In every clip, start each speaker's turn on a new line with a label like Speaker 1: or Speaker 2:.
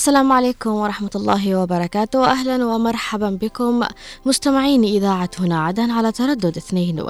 Speaker 1: السلام عليكم ورحمة الله وبركاته. أهلا ومرحبا بكم مستمعين إذاعة هنا عدن على تردد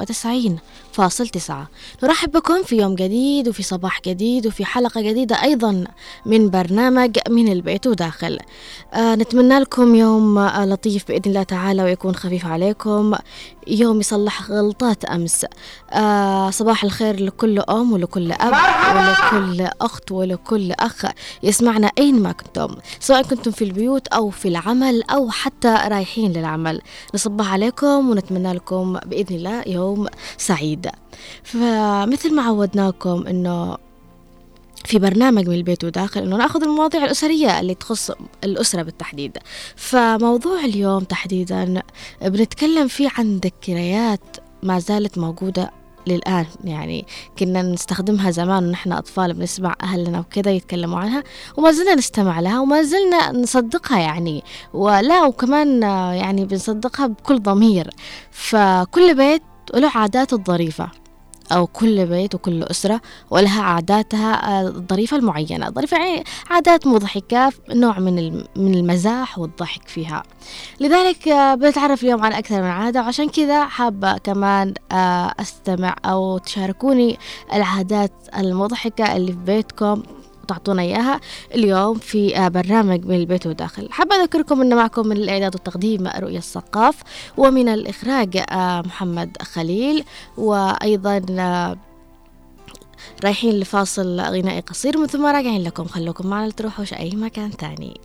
Speaker 1: 92.9. نرحب بكم في يوم جديد وفي صباح جديد وفي حلقة جديدة أيضا من برنامج من البيت وداخل. نتمنى لكم يوم لطيف بإذن الله تعالى ويكون خفيف عليكم، يوم يصلح غلطات أمس. صباح الخير لكل أم ولكل أب ولكل أخت ولكل أخ يسمعنا أينما كنتم، سواء كنتم في البيوت أو في العمل أو حتى رايحين للعمل. نصبح عليكم ونتمنى لكم بإذن الله يوم سعيد. فمثل ما عودناكم إنه في برنامج من البيت وداخل إنه نأخذ المواضيع الأسرية اللي تخص الأسرة بالتحديد. فموضوع اليوم تحديدا بنتكلم فيه عن ذكريات ما زالت موجودة للآن، يعني كنا نستخدمها زمان ونحن أطفال بنسمع أهلنا وكذا يتكلموا عنها وما زلنا نستمع لها وما زلنا نصدقها، يعني وكمان يعني بنصدقها بكل ضمير. فكل بيت له عادات الظريفة، أو كل بيت وكل أسرة ولها عاداتها الظريفة المعينة. الظريفة يعني عادات مضحكة، نوع من المزاح والضحك فيها. لذلك بنتعرف اليوم عن أكثر من عادة، وعشان كذا حابة كمان أستمع أو تشاركوني العادات المضحكة اللي في بيتكم تعطونا إياها اليوم في برنامج من البيت وداخل. حابة أذكركم أن معكم من الإعداد والتقديم رؤية الثقاف، ومن الإخراج محمد خليل، وأيضا رايحين لفاصل غنائي قصير من ثم راجعين لكم. خلوكم معنا لتروحوش أي مكان تاني.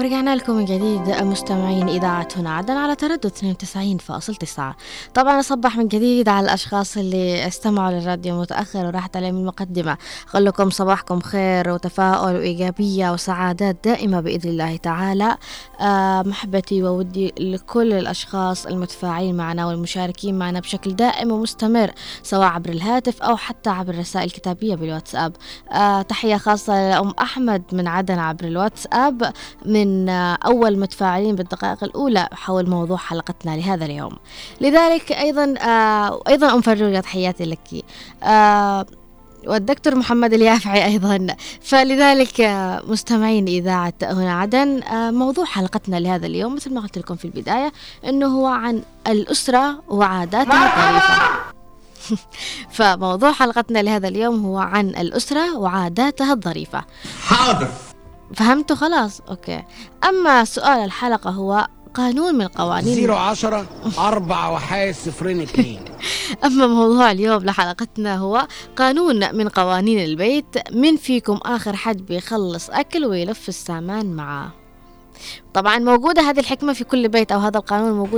Speaker 1: ورجعنا لكم من جديد مستمعين إذاعة هنا عدن على تردد 92.9. طبعا أصبح من جديد على الأشخاص اللي استمعوا للراديو متأخر وراحت عليهم المقدمة. أقول لكم صباحكم خير وتفاؤل وإيجابية وسعادات دائمة بإذن الله تعالى. محبتي وودي لكل الأشخاص المتفاعلين معنا والمشاركين معنا بشكل دائم ومستمر، سواء عبر الهاتف أو حتى عبر الرسائل الكتابية بالواتساب. تحية خاصة لأم أحمد من عدن عبر الواتساب، من أول متفاعلين بالدقائق الأولى حول موضوع حلقتنا لهذا اليوم. لذلك أيضا أم فروجة تحياتي لك، والدكتور محمد اليافعي أيضا. فلذلك مستمعين إذاعة هنا عدن، موضوع حلقتنا لهذا اليوم مثل ما قلت لكم في البداية أنه هو عن الأسرة وعاداتها الظريفة. فموضوع حلقتنا لهذا اليوم هو عن الأسرة وعاداتها الظريفة.
Speaker 2: حاضر،
Speaker 1: فهمتوا خلاص؟ أوكي. أما سؤال الحلقة هو قانون من قوانين
Speaker 2: 010 4 وحايد 02.
Speaker 1: أما موضوع اليوم لحلقتنا هو قانون من قوانين البيت. من فيكم آخر حد بيخلص أكل ويلف السامان معاه؟ طبعا موجودة هذه الحكمة في كل بيت، أو هذا القانون موجود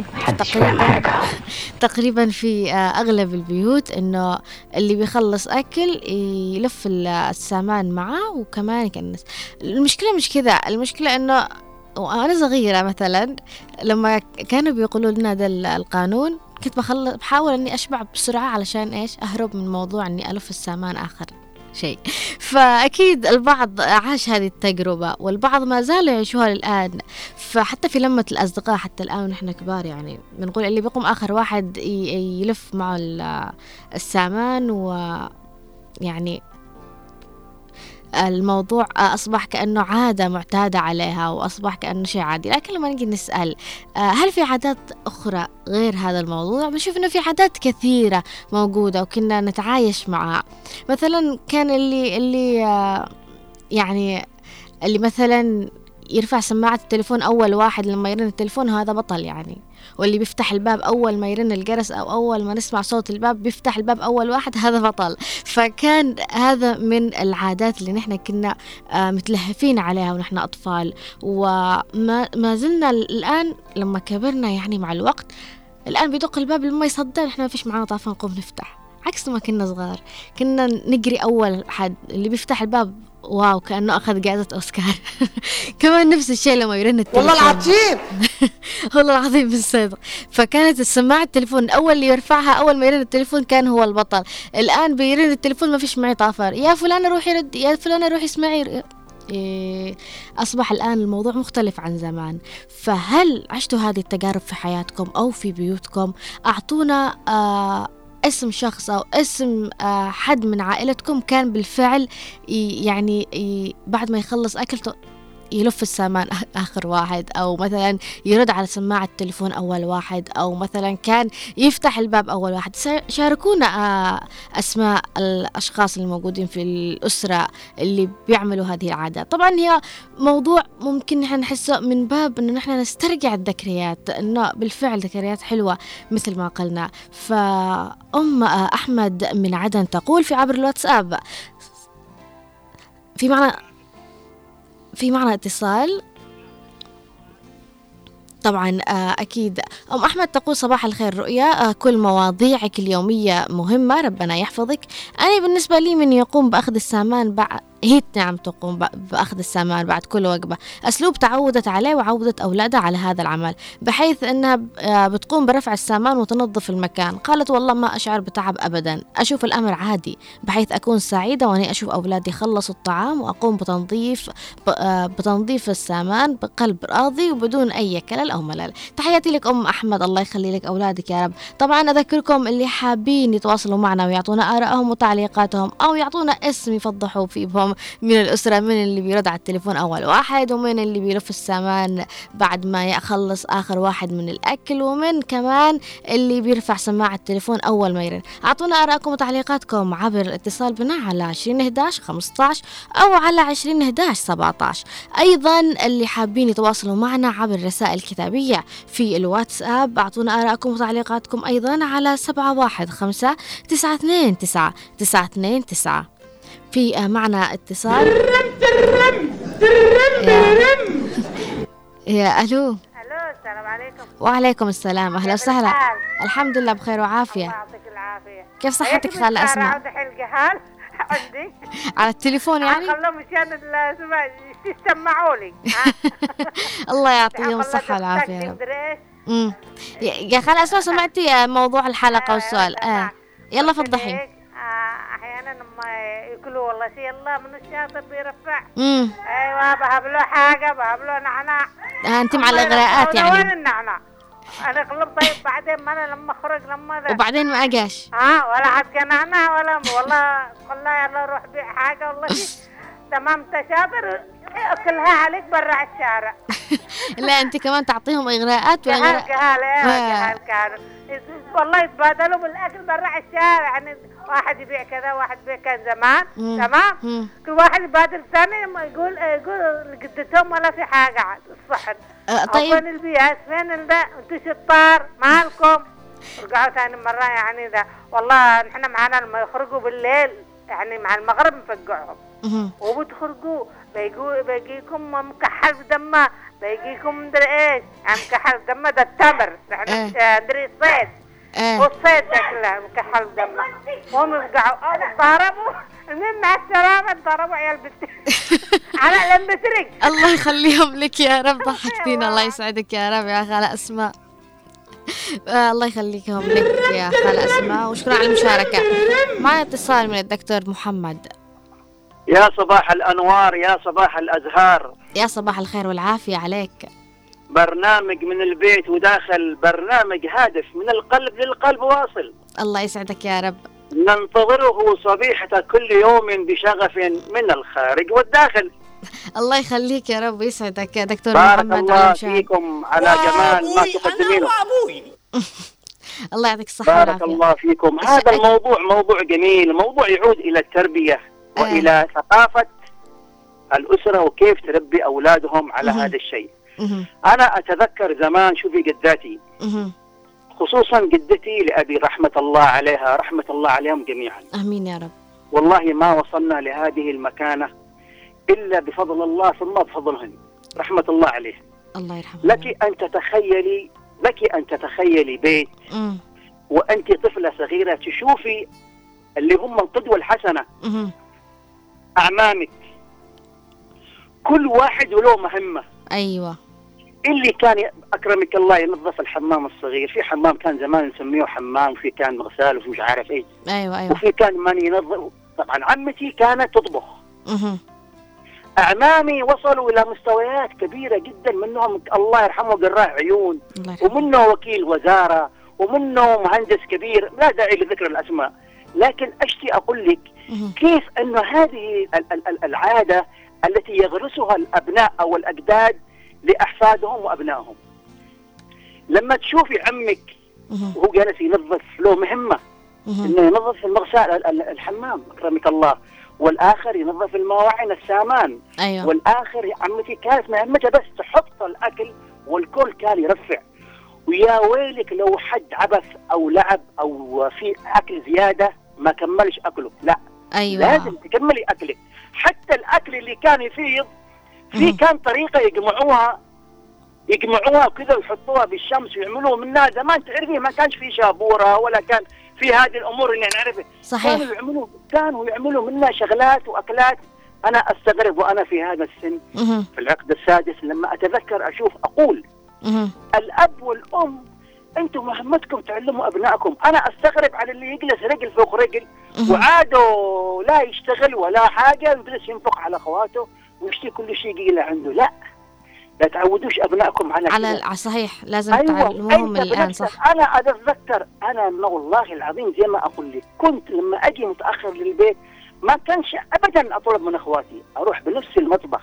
Speaker 1: تقريبا في أغلب البيوت، إنه اللي بيخلص أكل يلف السامان معه وكمان يكنس. المشكلة مش كذا، المشكلة إنه وأنا صغيرة مثلا لما كانوا بيقولوا لنا ده القانون كنت بحاول إني أشبع بسرعة علشان إيش أهرب من موضوع إني ألف السامان آخر شيء. فأكيد البعض عاش هذه التجربة والبعض ما زالوا يعيشوها الآن. فحتى في لمة الأصدقاء حتى الآن ونحن كبار يعني بنقول اللي بيقوم آخر واحد يلف معه السامان، ويعني الموضوع أصبح كأنه عادة معتادة عليها وأصبح كأنه شيء عادي. لكن لما نجي نسأل هل في عادات أخرى غير هذا الموضوع، بنشوف إنه في عادات كثيرة موجودة وكنا نتعايش معها. مثلا كان اللي يعني اللي مثلا يرفع سماعة التليفون أول واحد لما يرن التليفون هذا بطل يعني، واللي بيفتح الباب أول ما يرن الجرس أو أول ما نسمع صوت الباب بيفتح الباب أول واحد هذا بطل. فكان هذا من العادات اللي نحن كنا متلهفين عليها ونحن أطفال، وما زلنا الآن لما كبرنا يعني مع الوقت. الآن بيدق الباب لما يصدق نحن ما فيش معنا طرفة نقوم نفتح، عكس ما كنا صغار كنا نجري أول حد اللي بيفتح الباب، واو كأنه أخذ جائزة أوسكار. كمان نفس الشيء لما يرن التليفون،
Speaker 2: والله العظيم
Speaker 1: والله العظيم بالصدق. فكانت السماعة التليفون أول اللي يرفعها أول ما يرن التليفون كان هو البطل. الآن بيرن التليفون ما فيش معي طافر، يا فلانة روحي رد، يا فلانة روحي اسمعي. أصبح الآن الموضوع مختلف عن زمان. فهل عشتوا هذه التجارب في حياتكم أو في بيوتكم؟ أعطونا اسم شخص أو اسم حد من عائلتكم كان بالفعل يعني بعد ما يخلص أكل يلف السامان آخر واحد، أو مثلا يرد على سماعة التليفون أول واحد، أو مثلا كان يفتح الباب أول واحد. شاركونا أسماء الأشخاص الموجودين في الأسرة اللي بيعملوا هذه العادات. طبعا هي موضوع ممكن نحن نحسه من باب أنه نحن نسترجع الذكريات، أنه بالفعل ذكريات حلوة مثل ما قلنا. فأم أحمد من عدن تقول في عبر الواتساب في معنى اتصال. طبعا أكيد أم أحمد تقول صباح الخير رؤيا، كل مواضيعك اليومية مهمة ربنا يحفظك. أنا بالنسبة لي من يقوم بأخذ السامان هي نعم تقوم بأخذ السامان بعد كل وجبة، أسلوب تعودت عليه وعودت أولادها على هذا العمل، بحيث أنها بتقوم برفع السامان وتنظف المكان. قالت والله ما أشعر بتعب أبدا، أشوف الأمر عادي، بحيث أكون سعيدة وأنا أشوف أولادي خلصوا الطعام وأقوم بتنظيف السامان بقلب راضي وبدون أي كلل أو ملل. تحياتي لك أم أحمد، الله يخلي لك أولادك يا رب. طبعا أذكركم اللي حابين يتواصلوا معنا ويعطونا آرائهم وتعليقاتهم أو يعطونا اسم يفضحوا فيه بهم من الأسرة، من اللي بيرد على التليفون أول واحد، ومن اللي بيلف السامان بعد ما يخلص آخر واحد من الأكل، ومن كمان اللي بيرفع سماعة التليفون أول ما يرن. أعطونا آراءكم وتعليقاتكم عبر الاتصال بنا على 2011-15 أو على 2011-17. أيضا اللي حابين يتواصلوا معنا عبر الرسائل الكتابية في الواتساب أعطونا آراءكم وتعليقاتكم أيضا على 715-929-929. في معنا اتصال. يا ألو.
Speaker 3: السلام عليكم.
Speaker 1: وعليكم السلام، أهلا وسهلا. الحمد لله بخير وعافية.
Speaker 3: الله يعطيك العافية.
Speaker 1: كيف صحتك خالة أسماء؟
Speaker 3: عندي
Speaker 1: على التليفون يعني؟
Speaker 3: خلهم مشان يسمعوا لي.
Speaker 1: الله يعطيهم الصحة والعافية يا رب. يا خالة أسماء، سمعتي موضوع الحلقة والسؤال؟ يلا فضحي.
Speaker 3: احيانا لما يقولوا والله شيء الله من الشاطر بيرفع.
Speaker 1: ايوه
Speaker 3: بهب له حاجه، بهب له نعناع.
Speaker 1: انت مع الاغراءات يعني؟
Speaker 3: وين النعناع؟ انا قلت طيب بعدين ما انا لما اخرج لما ذا
Speaker 1: وبعدين ما اجاش
Speaker 3: ولا حد نعناع ولا والله يلا روح بيع حاجه والله تمام تشاطر اكلها عليك برا الشارع.
Speaker 1: لا انت كمان تعطيهم اغراءات ولا
Speaker 3: كهال والله يتبادلوا بالاكل برا الشارع، يعني واحد يبيع كذا واحد يبيع كان زمان. تمام. كل واحد يبادل ثاني لما يقول لجدتهم ولا في حاجه عاد الصحن.
Speaker 1: طيب
Speaker 3: فين البياس فين ذا انتوا شطار مالكم؟ رجعوا ثاني مره يعني ذا والله نحن معانا لما يخرجوا بالليل يعني مع المغرب نفقعهم وبتخرجوا بيجيكم مكحل بدمه، بيجيكم مدري ايش مكحل بدمه ده التمر نحن ندري الصيد والصيد شكله مكحل بدمه وهم يفقعوا ضربوا المهم مع السلامه ضربوا عيال بنتي على لم بسرق.
Speaker 1: الله يخليهم لك يا رب، ضحكتينا. الله يسعدك يا رب يا خالة أسماء. الله يخليكم لك يا خالة أسماء، وشكرا على المشاركة. معي اتصال من الدكتور محمد.
Speaker 4: يا صباح الأنوار، يا صباح الأزهار،
Speaker 1: يا صباح الخير والعافية عليك.
Speaker 4: برنامج من البيت وداخل، برنامج هادف من القلب للقلب واصل.
Speaker 1: الله يسعدك يا رب.
Speaker 4: ننتظره صبيحة كل يوم بشغف من الخارج والداخل.
Speaker 1: الله يخليك يا رب ويسعدك يا دكتور
Speaker 4: بارك
Speaker 1: محمد.
Speaker 4: الله فيكم على جمال ما تقدمينه.
Speaker 1: الله يعطيك الصحة والعافية.
Speaker 4: بارك الله فيكم. هذا الموضوع موضوع جميل، موضوع يعود إلى التربية وإلى ثقافة الأسرة وكيف تربي أولادهم على هذا الشيء. أنا أتذكر زمان شوفي جداتي، خصوصا جدتي لأبي رحمة الله عليها، رحمة الله عليهم جميعا.
Speaker 1: آمين يا رب.
Speaker 4: والله ما وصلنا لهذه المكانة إلا بفضل الله ثم بفضلهن رحمة الله عليه.
Speaker 1: الله يرحمه.
Speaker 4: لك أن تتخيلي بيت وأنت طفلة صغيرة تشوفي اللي هم القدوة الحسنة، أعمامك كل واحد له مهمة.
Speaker 1: أيوة. اللي
Speaker 4: كان أكرمك الله ينظف الحمام الصغير، في حمام كان زمان نسميه حمام، وفي كان مغسال وفي مش عارف ايش.
Speaker 1: أيوة.
Speaker 4: وفي كان من ينظف. طبعا عمتي كانت تطبخ. أعمامي وصلوا إلى مستويات كبيرة جدا، منهم الله يرحمه قراء عيون، ومنه وكيل وزارة، ومنه مهندس كبير، لا داعي لذكر الأسماء. لكن أشتي أقول لك كيف أنه هذه العادة التي يغرسها الأبناء أو الأجداد لأحفادهم وأبنائهم. لما تشوفي عمك وهو جالس ينظف له مهمة إنه ينظف المغسال الحمام أكرمك الله، والآخر ينظف المواعين السامان.
Speaker 1: أيوة.
Speaker 4: والآخر عمتي كانت مهمتها بس تحط الأكل والكل كان يرفع. ويا ويلك لو حد عبث أو لعب أو في أكل زيادة ما كملش أكله، لا.
Speaker 1: أيوة.
Speaker 4: لازم تكملي أكلك. حتى الأكل اللي كان يفيض في كان طريقة يجمعوها كذا ويحطوها بالشمس ويعملوه منها. زمان تعرفي ما كانش في شابورة ولا كان في هذه الأمور اللي نعرفها.
Speaker 1: صحيح.
Speaker 4: كانوا يعملوا منها شغلات وأكلات. أنا أستغرب وأنا في هذا السن في العقد السادس لما أتذكر أشوف أقول الأب والأم أنتم مهمتكم تعلموا أبنائكم. أنا أستغرب على اللي يجلس رجل فوق رجل وعاده لا يشتغل ولا حاجة ويجلس ينفق على أخواته ويشتي كل شيء يجي عنده. لا تعودوش أبنائكم على
Speaker 1: صحيح، لازم تعلموهم الآن. صح.
Speaker 4: أنا أتذكر أنا والله العظيم زي ما أقول لك كنت لما أجي متأخر للبيت ما كانش أبدا أطلب من أخواتي، أروح بنفسي المطبخ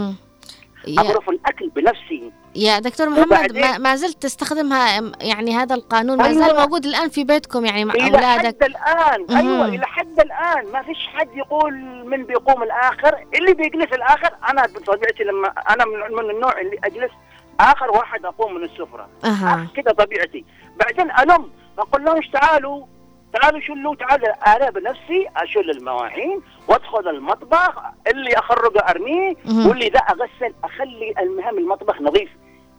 Speaker 4: أغرف الأكل بنفسي.
Speaker 1: يا دكتور محمد ما زلت تستخدمها يعني هذا القانون ما زال موجود الآن في بيتكم يعني مع أولادك؟
Speaker 4: إلى حد الآن. أيوة إلى حد الآن ما فيش حد يقول من بيقوم الآخر، اللي بيجلس الآخر. أنا بطبيعتي لما أنا من النوع اللي أجلس آخر واحد أقوم من السفرة. كده طبيعتي. بعدين ألم أقول لهمش تعالوا شلوا، تعالوا. أنا بنفسي أشل المواعين وأدخل المطبخ، اللي أخرجه أرميه واللي ذا أغسل، أخلي المهم المطبخ نظيف.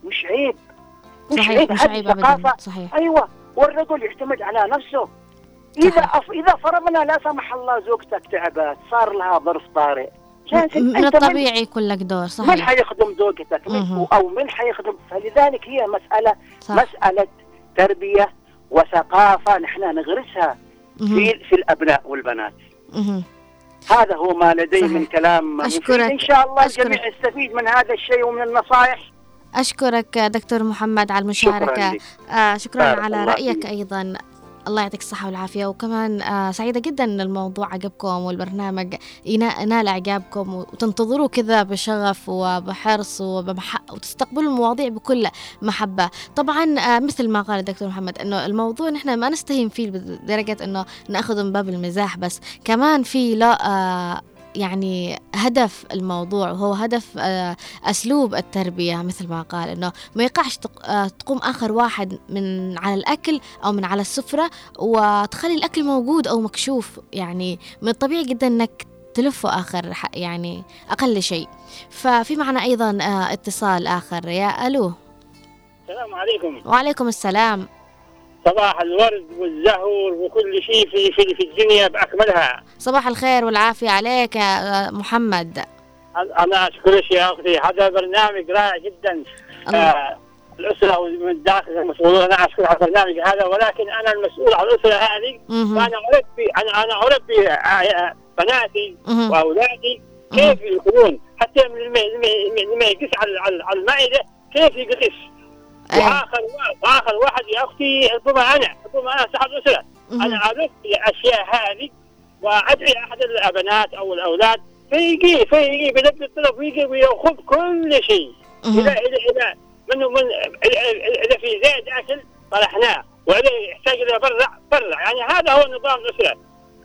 Speaker 4: مش عيب،
Speaker 1: صحيح، مش عيب أبدا. صحيح.
Speaker 4: أيوة، والرجل يعتمد على نفسه. إذا فرضنا لا سمح الله زوجتك تعبت، صار لها ظرف طارئ،
Speaker 1: من الطبيعي يكون لك دور. صحيح.
Speaker 4: من حيخدم زوجتك أو من حيخدم؟ فلذلك هي مسألة تربية وثقافة نحن نغرسها في الأبناء والبنات. هذا هو ما لدي من كلام مفيد. إن شاء الله الجميع يستفيد من هذا الشيء ومن النصائح.
Speaker 1: أشكرك دكتور محمد على المشاركة. شكرا على رأيك أيضا. الله يعطيك الصحة والعافية. وكمان سعيدة جدا أن الموضوع عجبكم والبرنامج ينال إعجابكم وتنتظروا كذا بشغف وبحرص وتستقبلوا المواضيع بكل محبة. طبعا مثل ما قال الدكتور محمد أنه الموضوع نحن ما نستهين فيه بدرجة أنه نأخذ من باب المزاح بس، كمان في لا يعني هدف الموضوع، وهو هدف أسلوب التربية مثل ما قال، إنه ما يقعش تقوم آخر واحد من على الأكل أو من على السفرة وتخلي الأكل موجود أو مكشوف. يعني من الطبيعي جدا إنك تلفه آخر، يعني أقل شيء. ففي معنا أيضا اتصال آخر. يا ألو.
Speaker 5: السلام عليكم.
Speaker 1: وعليكم السلام.
Speaker 5: صباح الورد والزهور وكل شيء في الدنيا بأكملها.
Speaker 1: صباح الخير والعافية عليك يا محمد.
Speaker 5: أنا أشكرك يا أختي، هذا برنامج رائع جدا. الأسرة من الداخل المسؤولون، أنا أشكر على البرنامج هذا، ولكن أنا المسؤول عن الأسرة هذه، وأنا أربي بناتي وأولادي كيف يكونون، حتى لما يقص على المائدة كيف يقص. وآخر واحد يا أختي ربما أنا صاحب الأسرة، أنا أعرف الأشياء هذه وأدعي أحد البنات أو الأولاد فيجي بلبس الطلب ويجي ويأخذ كل شيء. إذا في زائد أكل طرحناه، وإذا يحتاج إلى برع. يعني هذا هو نظام الأسرة.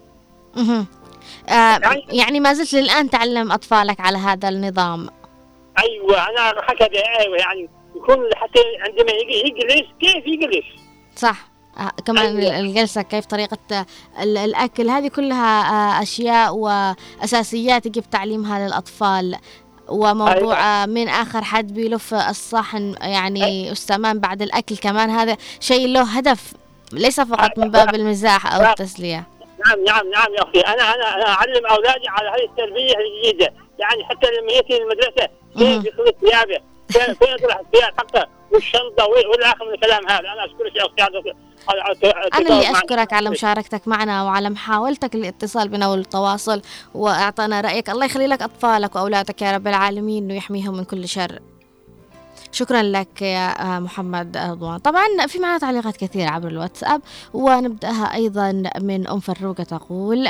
Speaker 1: يعني ما زلت للآن تعلم أطفالك على هذا النظام؟
Speaker 5: أيوة، أنا هكذا. أيوة، يعني يكون حتى عندما يجلس كيف يجلس.
Speaker 1: صح. كمان أيوة. الجلسة كيف، طريقة الأكل، هذه كلها أشياء وأساسيات يجب تعليمها للأطفال. وموضوع أيوة. من آخر حد بيلف الصحن، يعني أستمان بعد الأكل، كمان هذا شيء له هدف، ليس فقط من باب المزاح أو التسلية.
Speaker 5: نعم يا أخي، أنا أعلم أولادي على هذه التربية الجديدة. يعني حتى لما يأتي المدرسة كيف يخلط ثيابه، كيف يطلع الثياب حتى والشنطة والآخر من الكلام هذا. أنا أشكرك يا أختي.
Speaker 1: أنا اللي أشكرك على مشاركتك معنا وعلى محاولتك الاتصال بنا والتواصل وأعطانا رأيك. الله يخلي لك أطفالك وأولادك يا رب العالمين ويحميهم من كل شر. شكرا لك يا محمد رضوان. طبعا في معنا تعليقات كثيرة عبر الواتساب، ونبدأها أيضا من أم فروقة تقول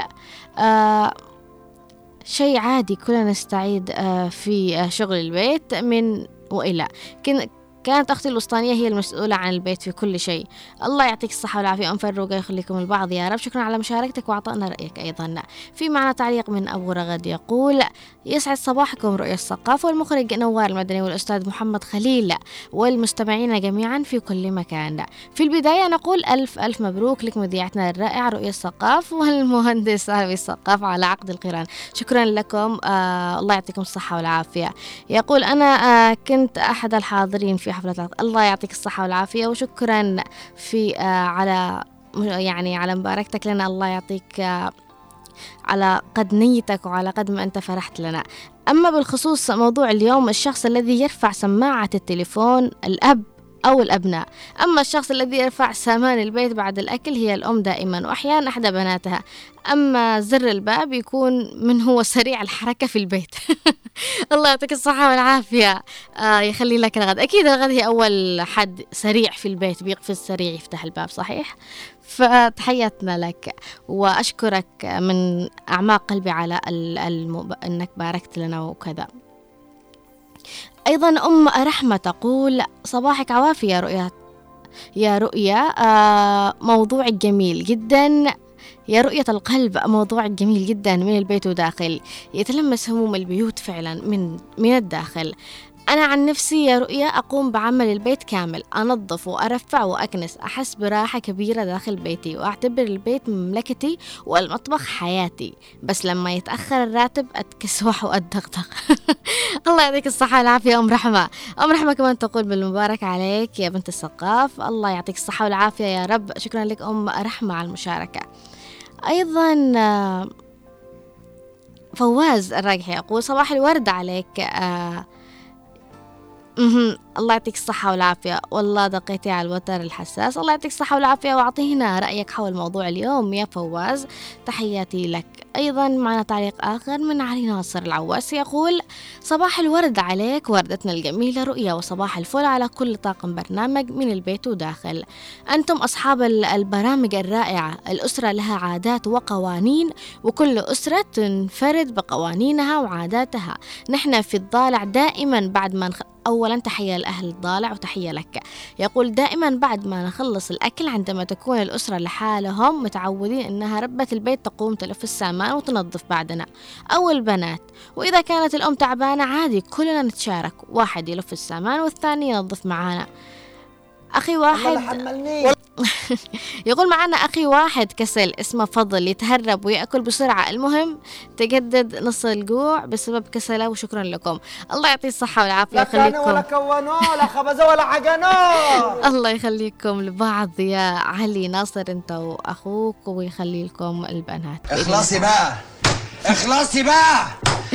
Speaker 1: شيء عادي كلنا نستعيد في شغل البيت من وإلى. كانت أختي الوسطانية هي المسؤولة عن البيت في كل شيء. الله يعطيك الصحة والعافية أم فروقة، يخليكم البعض يا رب. شكرا على مشاركتك وأعطانا رأيك أيضا. في معنا تعليق من أبو رغد يقول يسعد صباحكم رؤية الثقافة والمخرج نوار المدني والأستاذ محمد خليل والمستمعين جميعا في كل مكان. في البداية نقول ألف مبروك لك مذيعتنا الرائعة رؤية الثقافة والمهندس أبي الثقافة على عقد القران. شكرا لكم. الله يعطيكم الصحة والعافية. يقول أنا كنت أحد الحاضرين في حفلة. الله يعطيك الصحة والعافية، وشكرا على مباركتك لنا. الله يعطيك على قد نيتك وعلى قد ما أنت فرحت لنا. أما بالخصوص موضوع اليوم، الشخص الذي يرفع سماعة التليفون الأب أو الأبناء، أما الشخص الذي يرفع سامان البيت بعد الأكل هي الأم دائما، وأحيانا أحدى بناتها. أما زر الباب يكون من هو سريع الحركة في البيت. الله يعطيك الصحة والعافية. يخلي لك الغد. أكيد الغد هي أول حد سريع في البيت، بيقفز سريع يفتح الباب، صحيح؟ فتحياتنا لك وأشكرك من أعماق قلبي على أنك باركت لنا وكذا. أيضا أم رحمة تقول صباحك عوافي يا رؤيا. موضوع جميل جدا يا رؤية القلب، موضوع جميل جدا من البيت وداخل، يتلمس هموم البيوت فعلا من الداخل. أنا عن نفسي يا رؤيا أقوم بعمل البيت كامل، أنظف وأرفع وأكنس، أحس براحة كبيرة داخل بيتي وأعتبر البيت مملكتي والمطبخ حياتي. بس لما يتأخر الراتب أتكسوح وأتدغدغ. الله يعطيك الصحة والعافية أم رحمة. أم رحمة كمان تقول بالمبارك عليك يا بنت السقاف، الله يعطيك الصحة والعافية يا رب. شكرا لك أم رحمة على المشاركة. أيضا فواز الراجحي يقول صباح الورد عليك. الله يعطيك الصحة والعافية، والله دقيتي على الوتر الحساس. الله يعطيك الصحة والعافية، وأعطينا رأيك حول موضوع اليوم يا فواز، تحياتي لك. أيضا معنا تعليق آخر من علي ناصر العواس يقول صباح الورد عليك وردتنا الجميلة رؤيا، وصباح الفل على كل طاقم برنامج من البيت وداخل. أنتم أصحاب البرامج الرائعة. الأسرة لها عادات وقوانين، وكل أسرة تنفرد بقوانينها وعاداتها. نحن في الضالع دائما بعد ما أولا تحية لأهل الضالع وتحية لك. يقول دائما بعد ما نخلص الأكل عندما تكون الأسرة لحالهم متعودين أنها ربة البيت تقوم تلف السامان وتنظف بعدنا أو البنات، وإذا كانت الأم تعبانة عادي كلنا نتشارك، واحد يلف السامان والثاني ينظف معانا. أخي واحد يقول معنا أخي واحد كسل اسمه فضل يتهرب ويأكل بسرعة، المهم تجدد نص الجوع بسبب كسله. وشكرا لكم، الله يعطي الصحة والعافية ويخليكم.
Speaker 6: لا كونوا ولا خبزوا ولا عجنوا.
Speaker 1: الله يخليكم لبعض يا علي ناصر انت وأخوك، ويخلي لكم البنات.
Speaker 2: اخلصي بقى اخلصي بقى.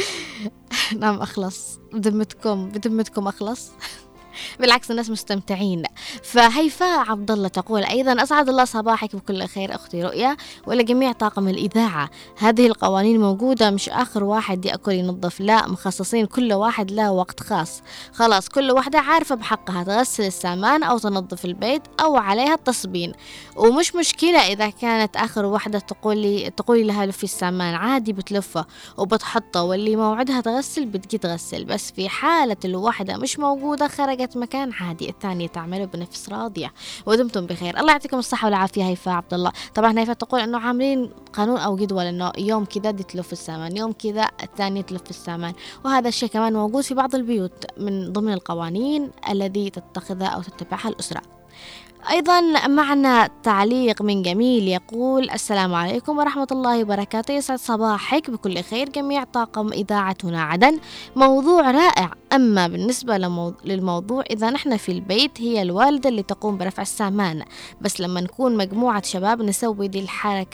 Speaker 1: نعم أخلص بذمتكم أخلص. بالعكس الناس مستمتعين. فهيفاء عبد الله تقول أيضا أسعد الله صباحك بكل خير أختي رؤيا ولجميع طاقم الإذاعة. هذه القوانين موجودة، مش آخر واحد يأكل ينظف، لا، مخصصين كل واحد له وقت خاص. خلاص كل واحدة عارفة بحقها تغسل السامان أو تنظف البيت أو عليها التصبين، ومش مشكلة إذا كانت آخر واحدة تقولي لها لفي السامان، عادي بتلفه وبتحطه، واللي موعدها تغسل بتجي تغسل. بس في حالة الواحدة مش موجودة خرجت مكان، عادي الثانية تعمله بنفس راضية. ودمتم بخير، الله يعطيكم الصحة والعافية. هيفاء عبد الله طبعا هيفاء تقول انه عاملين قانون او جدول انه يوم كذا دي تلف السامان، يوم كذا الثانية تلف السامان، وهذا الشيء كمان موجود في بعض البيوت من ضمن القوانين الذي تتخذها او تتبعها الأسرة. أيضا معنا تعليق من جميل يقول السلام عليكم ورحمة الله وبركاته، يسعد صباحك بكل خير جميع طاقم إذاعتنا عدن، موضوع رائع. أما بالنسبة للموضوع إذا نحن في البيت هي الوالدة اللي تقوم برفع السامان، بس لما نكون مجموعة شباب نسوي دي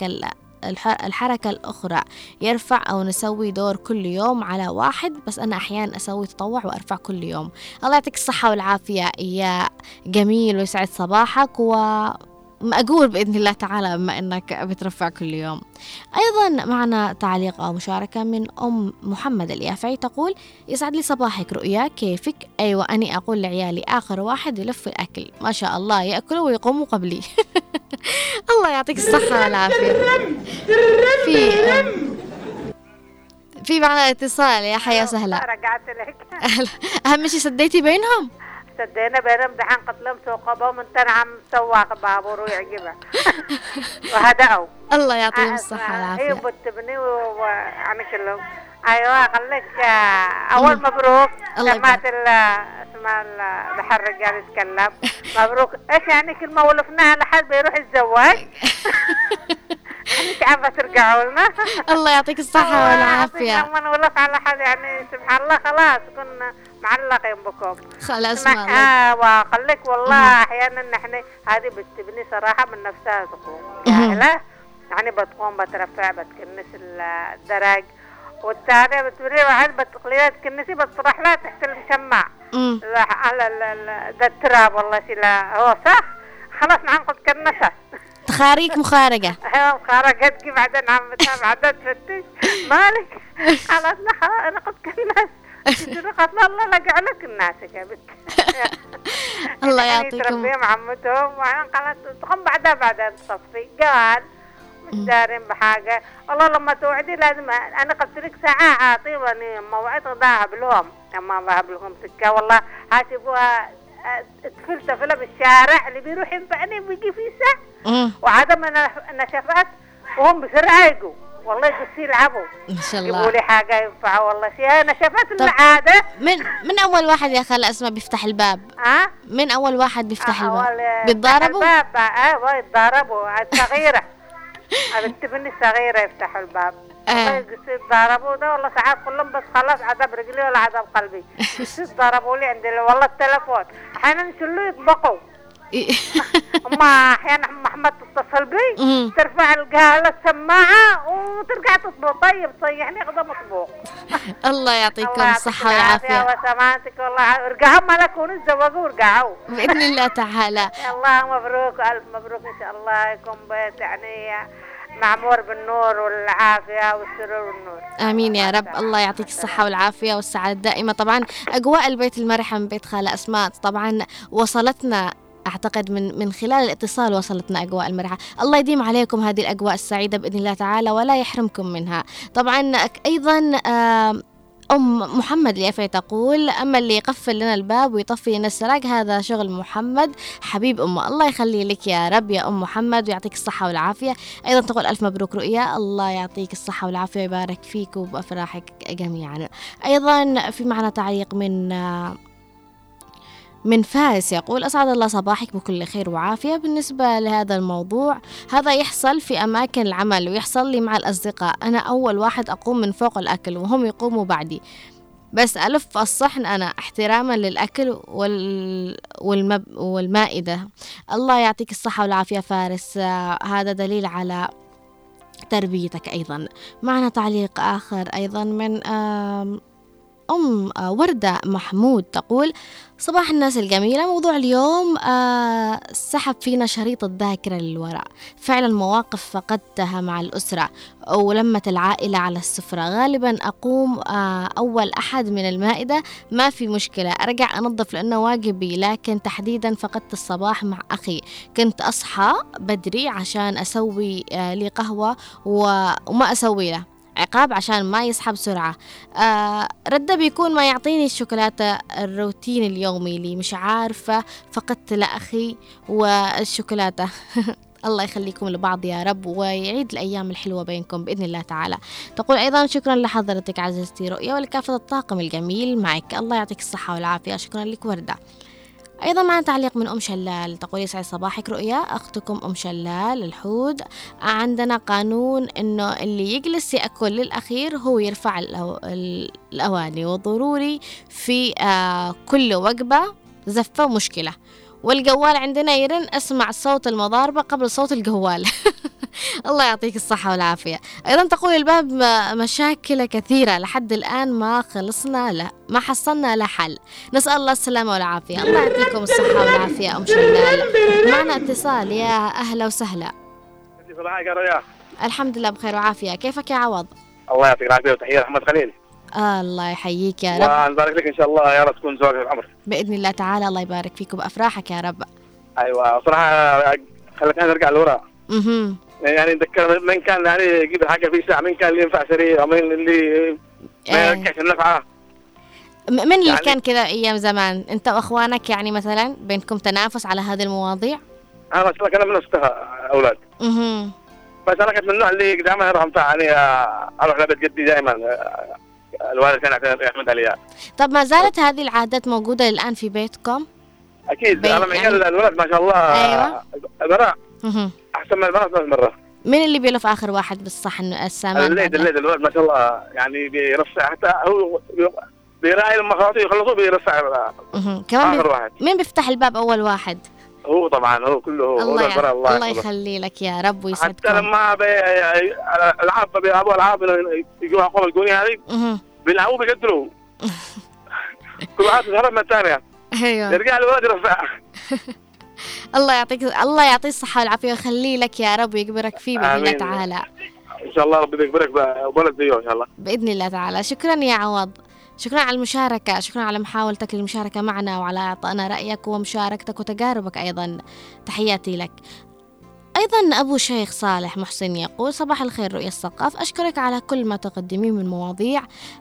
Speaker 1: الحركة الأخرى، يرفع أو نسوي دور كل يوم على واحد، بس أنا أحيانا أسوي تطوع وأرفع كل يوم. الله يعطيك الصحة والعافية يا جميل ويسعد صباحك، وأقول بإذن الله تعالى بما أنك بترفع كل يوم. أيضا معنا تعليق أو مشاركة من أم محمد اليافعي تقول يسعد لي صباحك رؤيا، كيفك؟ أيوة أني أقول لعيالي آخر واحد يلف الأكل، ما شاء الله يأكلوا ويقوموا قبلي. الله يعطيك الصحة والعافية. في معنا اتصال يا حياة سهلة.
Speaker 3: رجعت لك.
Speaker 1: أهم شيء سديتي بينهم؟
Speaker 3: سدينا بينهم دحين قتلهم سوقهم انت عم سواق بابور ويعجبها وهدأوا.
Speaker 1: الله يعطيهم الصحة والعافية.
Speaker 3: هي بتبني وعني كلهم. ايوه خليك اول مبروك. سمعت اسمها البحر الرجال يتكلم مبروك. ايش يعني كل ما ولفناها لحد بيروح الزواج. انت عارفه ترجعوا لنا.
Speaker 1: الله يعطيك الصحة والعافية.
Speaker 3: لما نولف على حد يعني سبحان الله خلاص كنا معلقين بكم.
Speaker 1: خلاص
Speaker 3: وخليك والله احيانا نحن هذه بتبني صراحه من نفسها تقوم جاهله، يعني بتقوم بترفع بتكنس الدرج، والثانيه بتوري واحد بتقليها تكنسي بتطرح لها تحت المشمع على التراب. والله لا هو صح خلاص نعنقد كنسه
Speaker 1: تخاريك مخارجة.
Speaker 3: ايوه مخارجتك بعدين عمتها بعدين تفتش مالك خلاص انا قد كنس قلنا الله لقى لك الناس يا بنت.
Speaker 1: الله يعطيكم.
Speaker 3: تربيهم عمتهم وبعدين قالت تقوم بعدين تصفي قال مش دارين بحاجة. والله لما توعدي لازم أنا قلت لك ساعة أعطيني موعد غداها بالهم أما ذهب لهم سكة. والله هاتبوها تفلسفة بالشارع اللي بيروح ينفعني بيجي فيه ساعة وعدم نشفات وهم بسرعة يجوا والله يقصي يلعبوا
Speaker 1: ما شاء الله.
Speaker 3: يجيبوا لي حاجة ينفعوا والله شيء. أنا شفت العادة.
Speaker 1: من أول واحد يا خالة أسماء بيفتح الباب؟ من أول واحد بيفتح الباب؟ بيتضاربوا؟
Speaker 3: الباب يتضاربوا. الصغيرة بنت بني صغيرة يفتحوا الباب. والله يتضاربوا ده والله ساعات كلهم بس خلاص عذاب رجلي ولا عذاب قلبي. يتضاربوا لي عندي والله التلفون أحيانا يشلوا يطبقوا. أما أحيانا محمد تتصل بي ترفع السماعة وترجع تطبق. طيب صيحني غدا مطبوق.
Speaker 1: الله يعطيكم الصحة والعافية
Speaker 3: وسمانتك والله. ارجعوا ما لكم تزوجوا ورجعوا
Speaker 1: بإذن الله تعالى.
Speaker 3: الله مبروك ألف مبروك إن شاء الله يكون بيت يعني معمور بالنور والعافية والسرور والنور.
Speaker 1: آمين يا رب. الله يعطيك الصحة والعافية والسعادة الدائمة. طبعا أجواء البيت المرحة من بيت خالة أسماء طبعا وصلتنا، أعتقد من خلال الاتصال وصلتنا أجواء المرحة. الله يديم عليكم هذه الأجواء السعيدة بإذن الله تعالى ولا يحرمكم منها. طبعا أيضا أم محمد اليافعي تقول أما اللي يقفل لنا الباب ويطفي لنا السراج هذا شغل محمد حبيب أمه. الله يخلي لك يا رب يا أم محمد ويعطيك الصحة والعافية. أيضا تقول ألف مبروك رؤيا، الله يعطيك الصحة والعافية ويبارك فيك وبأفراحك جميعا. أيضا في معنا تعليق من فارس يقول أسعد الله صباحك بكل خير وعافية. بالنسبة لهذا الموضوع هذا يحصل في أماكن العمل ويحصل لي مع الأصدقاء. أنا أول واحد أقوم من فوق الأكل وهم يقوموا بعدي، بس ألف الصحن أنا احتراما للأكل والمائدة. الله يعطيك الصحة والعافية فارس، هذا دليل على تربيتك. أيضا معنا تعليق آخر أيضا من وردة محمود تقول صباح الناس الجميلة. موضوع اليوم سحب فينا شريط الذاكرة للوراء. فعلا مواقف فقدتها مع الأسرة ولمة العائلة على السفرة. غالبا أقوم أول أحد من المائدة ما في مشكلة، أرجع أنظف لأنه واجبي. لكن تحديدا فقدت الصباح مع أخي، كنت أصحى بدري عشان أسوي لي قهوة وما أسوي له عقاب عشان ما يصحى بسرعة. رده بيكون ما يعطيني الشوكولاتة. الروتين اليومي لي مش عارفة فقدت لأخي والشوكولاتة. الله يخليكم لبعض يا رب ويعيد الأيام الحلوة بينكم بإذن الله تعالى. تقول أيضا شكرا لحضرتك عزيزتي رؤيا ولكافة الطاقم الجميل معك. الله يعطيك الصحة والعافية. شكرا لك وردة. أيضا معنا تعليق من أم شلال تقول يسعد صباحك رؤيا، أختكم أم شلال الحود. عندنا قانون إنه اللي يجلس يأكل للأخير هو يرفع الأواني، وضروري في كل وجبة زفة مشكلة. والجوال عندنا يرن أسمع صوت المضاربة قبل صوت الجوال. الله يعطيك الصحة والعافية. أيضا تقول الباب مشاكل كثيرة لحد الآن ما حصلنا له حل. نسأل الله السلامة والعافية. الله يعطيكم الصحة والعافية أم شلال. معنا اتصال، يا أهلا وسهلا.
Speaker 5: صباحك يا رياض.
Speaker 1: الحمد لله بخير وعافية. كيفك يا عوض؟
Speaker 5: الله يعطيك العافية وتحية محمد خليل.
Speaker 1: الله يحييك يا رب
Speaker 5: ونبارك لك إن شاء الله يا رب تكون زواج العمر
Speaker 1: بإذن الله تعالى. الله يبارك فيك وبأفراحك يا رب.
Speaker 5: أيوة صراحة خلتني أرجع لورا. يعني ذكر من كان يعني يجيب الحاجة في ساعة، من كان اللي ينفع سريع ومن اللي ما يرجعش النفعة.
Speaker 1: من اللي يعني كان كذا أيام زمان أنت وأخوانك يعني مثلا بينكم تنافس على هذه المواضيع؟
Speaker 5: أنا مثلا كنا من أختها أولاد. بس أنا كنت من النوع اللي دائما يروح يعني أروح لبيت جدي دائما. الوالد كان يعتمد عليها.
Speaker 1: طب ما زالت هذه العادات موجودة الآن في بيتكم؟
Speaker 5: أكيد. أنا معي يعني الولد ما شاء الله.
Speaker 1: أيوة.
Speaker 5: البنات أحسن من البنات 100 مرة.
Speaker 1: مين اللي بيلف آخر واحد بالصحن السامان؟
Speaker 5: الليد الولد ما شاء الله يعني بيرفع، حتى هو بيراعي لما خلاص يخلصوا بيرفع
Speaker 1: كمان آخر واحد. مين بيفتح الباب أول واحد؟
Speaker 5: هو طبعا هو كله هو.
Speaker 1: الله يخلي لك يا رب ويسعدكم.
Speaker 5: حتى لما الألعاب بيلعبوا ألعاب يجوا قبل الجوني هذه بيلعبوا بيقدروا كل واحد يهرب من الثانية.
Speaker 1: أيوة.
Speaker 5: يرجع الولد يرفع.
Speaker 1: الله يعطيه الصحة والعافية ويخلي لك يا رب ويكبرك فيه بإذن الله تعالى.
Speaker 5: إن شاء الله ربي يكبرك وولد زيه إن شاء الله
Speaker 1: بإذن الله تعالى. شكرا يا عوض، شكرا على المشاركة، شكرا على محاولتك للمشاركة معنا وعلى إعطائنا رأيك ومشاركتك وتجاربك أيضا. تحياتي لك. أيضا أبو شيخ صالح محسن يقول صباح الخير رؤيا الثقاف، أشكرك على كل ما تقدمين من مواضيع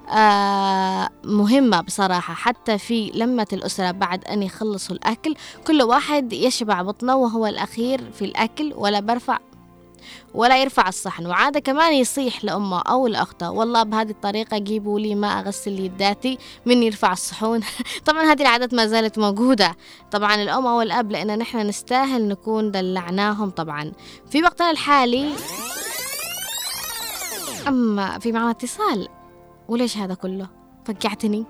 Speaker 1: مهمة بصراحة، حتى في لمة الأسرة بعد أن يخلصوا الأكل كل واحد يشبع بطنه وهو الأخير في الأكل، ولا يرفع الصحن، وعادة كمان يصيح لأمه أو لأخته والله بهذه الطريقة جيبوا لي ما أغسل يداتي من يرفع الصحون. طبعا هذه العادات ما زالت موجودة طبعا الأم أو الأب، لأن نحن نستاهل نكون دلعناهم طبعا في وقتنا الحالي. أما في معنا اتصال، وليش هذا كله؟ فقعتني.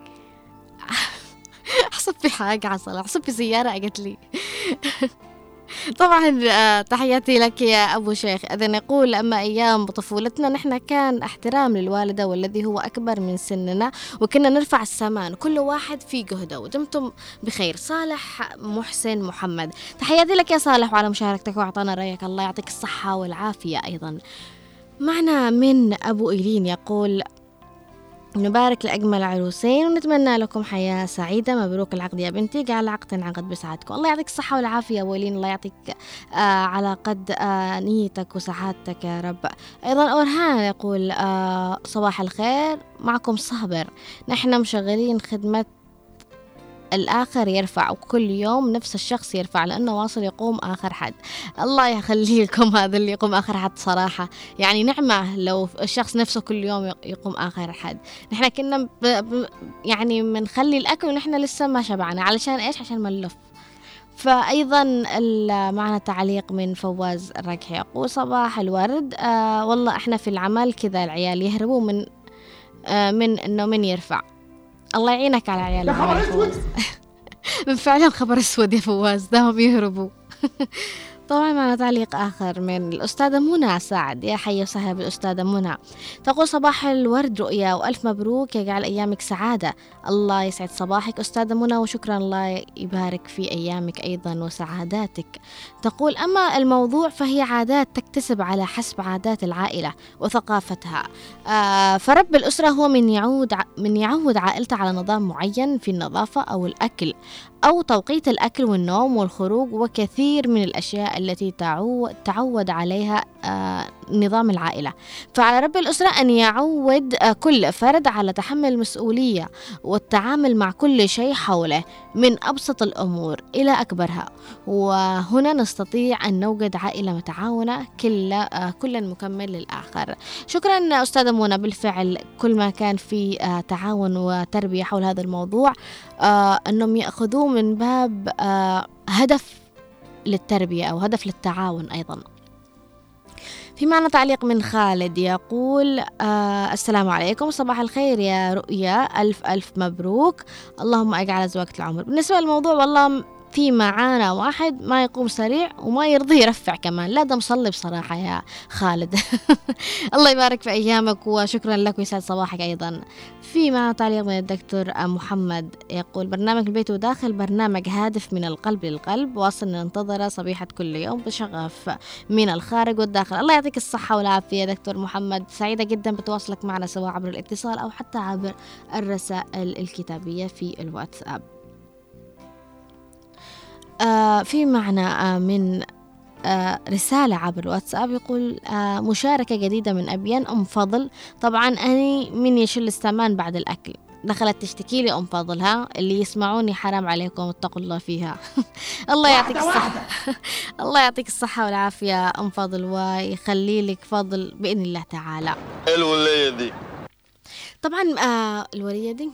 Speaker 1: أحسب في حاجة حصل، أحسب في سيارة قالت لي. طبعا تحياتي لك يا أبو شيخ. إذن يقول أما أيام طفولتنا نحن كان احترام للوالدة والذي هو أكبر من سننا، وكنا نرفع السمان كل واحد في جهده. ودمتم بخير. صالح محسن محمد، تحياتي لك يا صالح وعلى مشاركتك وأعطانا رأيك، الله يعطيك الصحة والعافية. أيضا معنا من أبو إيلين يقول نبارك لأجمل عروسين ونتمنى لكم حياة سعيدة، مبروك العقد يا بنتي، قال عقد انعقد بسعادتكم. الله يعطيك الصحة والعافية يا ولين، الله يعطيك على قد نيتك وسعادتك يا رب. أيضا أورهان يقول صباح الخير، معكم صابر، نحن مشغلين خدمة الآخر يرفع، وكل يوم نفس الشخص يرفع لأنه واصل يقوم آخر حد. الله يخلي لكم هذا اللي يقوم آخر حد صراحة، يعني نعمة لو الشخص نفسه كل يوم يقوم آخر حد. نحن كنا يعني منخلي الأكل ونحن لسه ما شبعنا، علشان إيش؟ عشان ما نلف. فأيضا معنا تعليق من فواز الركحي يقول صباح الورد، والله إحنا في العمل كذا العيال يهربوا من إنه من يرفع. الله يعينك على عيال العمل فواز. فعلا خبر اسود يا فواز، داهم يهربوا. طبعا معنا تعليق آخر من الأستاذة منى سعد، يا حي وسهلا بالأستاذة منى، تقول صباح الورد رؤيا وألف مبروك يجعل أيامك سعادة. الله يسعد صباحك أستاذة منى وشكرا، الله يبارك في أيامك أيضا وسعاداتك. تقول أما الموضوع فهي عادات تكتسب على حسب عادات العائلة وثقافتها، فرب الأسرة هو من يعود عائلته على نظام معين في النظافة أو الأكل أو توقيت الأكل والنوم والخروج وكثير من الأشياء التي تعود عليها نظام العائلة. فعلى رب الأسرة أن يعود كل فرد على تحمل المسؤولية والتعامل مع كل شيء حوله من أبسط الأمور إلى أكبرها، وهنا نستطيع أن نوجد عائلة متعاونة كل مكمل للآخر. شكرا أستاذة منى، بالفعل كل ما كان في تعاون وتربية حول هذا الموضوع أنهم يأخذوه من باب هدف للتربية أو هدف للتعاون. أيضا في معنا تعليق من خالد يقول السلام عليكم، صباح الخير يا رؤيا، ألف ألف مبروك، اللهم أجعل زواجة العمر. بالنسبة للموضوع والله في معانا واحد ما يقوم سريع وما يرضي يرفع كمان، لا ده مصلي بصراحة يا خالد. الله يبارك في أيامك وشكرا لك ويسعد صباحك. أيضا في معنا تعليق من الدكتور محمد يقول برنامج البيت وداخل برنامج هادف من القلب للقلب، واصل ننتظره صبيحة كل يوم بشغف من الخارج والداخل. الله يعطيك الصحة والعافية دكتور محمد، سعيدة جدا بتواصلك معنا سواء عبر الاتصال أو حتى عبر الرسائل الكتابية في الواتساب. في معنى من رسالة عبر الواتساب يقول مشاركة جديدة من أبيان أم فضل، طبعا أني من يشل السمان بعد الأكل، دخلت تشتكي لي أم فضل، ها اللي يسمعوني حرام عليكم اتقوا الله فيها. الله يعطيك الصحة. الله يعطيك الصحة والعافية أم فضل ويخلي لك فضل بإذن الله تعالى.
Speaker 7: الولية دي
Speaker 1: طبعا الولية دي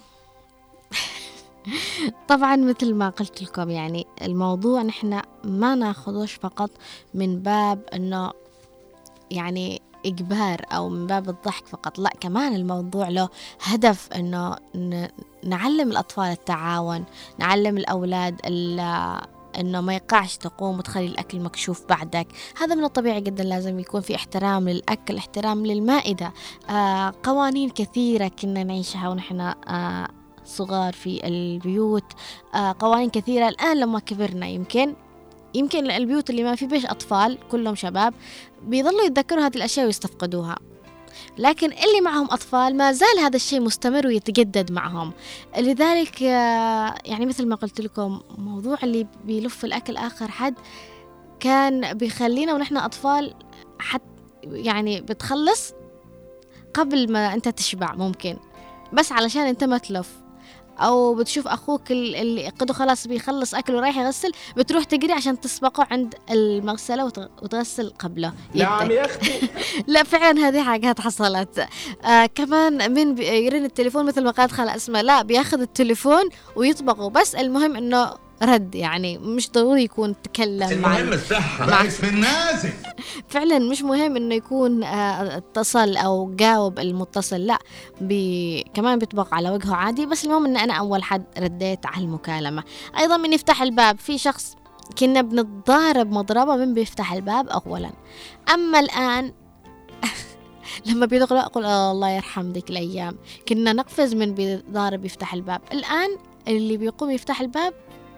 Speaker 1: طبعا مثل ما قلت لكم، يعني الموضوع نحن ما ناخذوش فقط من باب انه يعني إجبار أو من باب الضحك فقط، لا كمان الموضوع له هدف انه نعلم الأطفال التعاون، نعلم الأولاد انه ما يقعش تقوم وتخلي الاكل مكشوف بعدك. هذا من الطبيعي جدا، لازم يكون في احترام للاكل، احترام للمائدة. قوانين كثيرة كنا نعيشها ونحن صغار في البيوت، قوانين كثيرة. الآن لما كبرنا يمكن البيوت اللي ما في بيش أطفال كلهم شباب بيظلوا يتذكروا هذه الأشياء ويستفقدوها، لكن اللي معهم أطفال ما زال هذا الشيء مستمر ويتجدد معهم. لذلك يعني مثل ما قلت لكم، موضوع اللي بيلف الأكل آخر حد كان بيخلينا ونحن أطفال يعني بتخلص قبل ما أنت تشبع ممكن، بس علشان أنت ما تلف. أو بتشوف أخوك اللي قده خلاص بيخلص أكل ورايح يغسل، بتروح تجري عشان تسبقه عند المغسلة وتغسل قبله.
Speaker 6: نعم يا أختي.
Speaker 1: لا فعلا هذه حاجات حصلت. كمان من يرن التليفون مثل ما قالت خالة أسماء، لا بياخذ التليفون ويطبقه، بس المهم إنه رد، يعني مش ضروري يكون تكلم.
Speaker 2: المهم الصحة رئيس في النازل.
Speaker 1: فعلا مش مهم إنه يكون اتصل أو جاوب المتصل، لا كمان بيطبق على وجهه عادي، بس المهم إن أنا أول حد رديت على المكالمة. أيضا من يفتح الباب، في شخص كنا بنتضارب مضربة من بيفتح الباب أولا، أما الآن لما بيدخل أقول الله يرحم ذيك الأيام كنا نقفز من بيضارب يفتح الباب. الآن اللي بيقوم يفتح الباب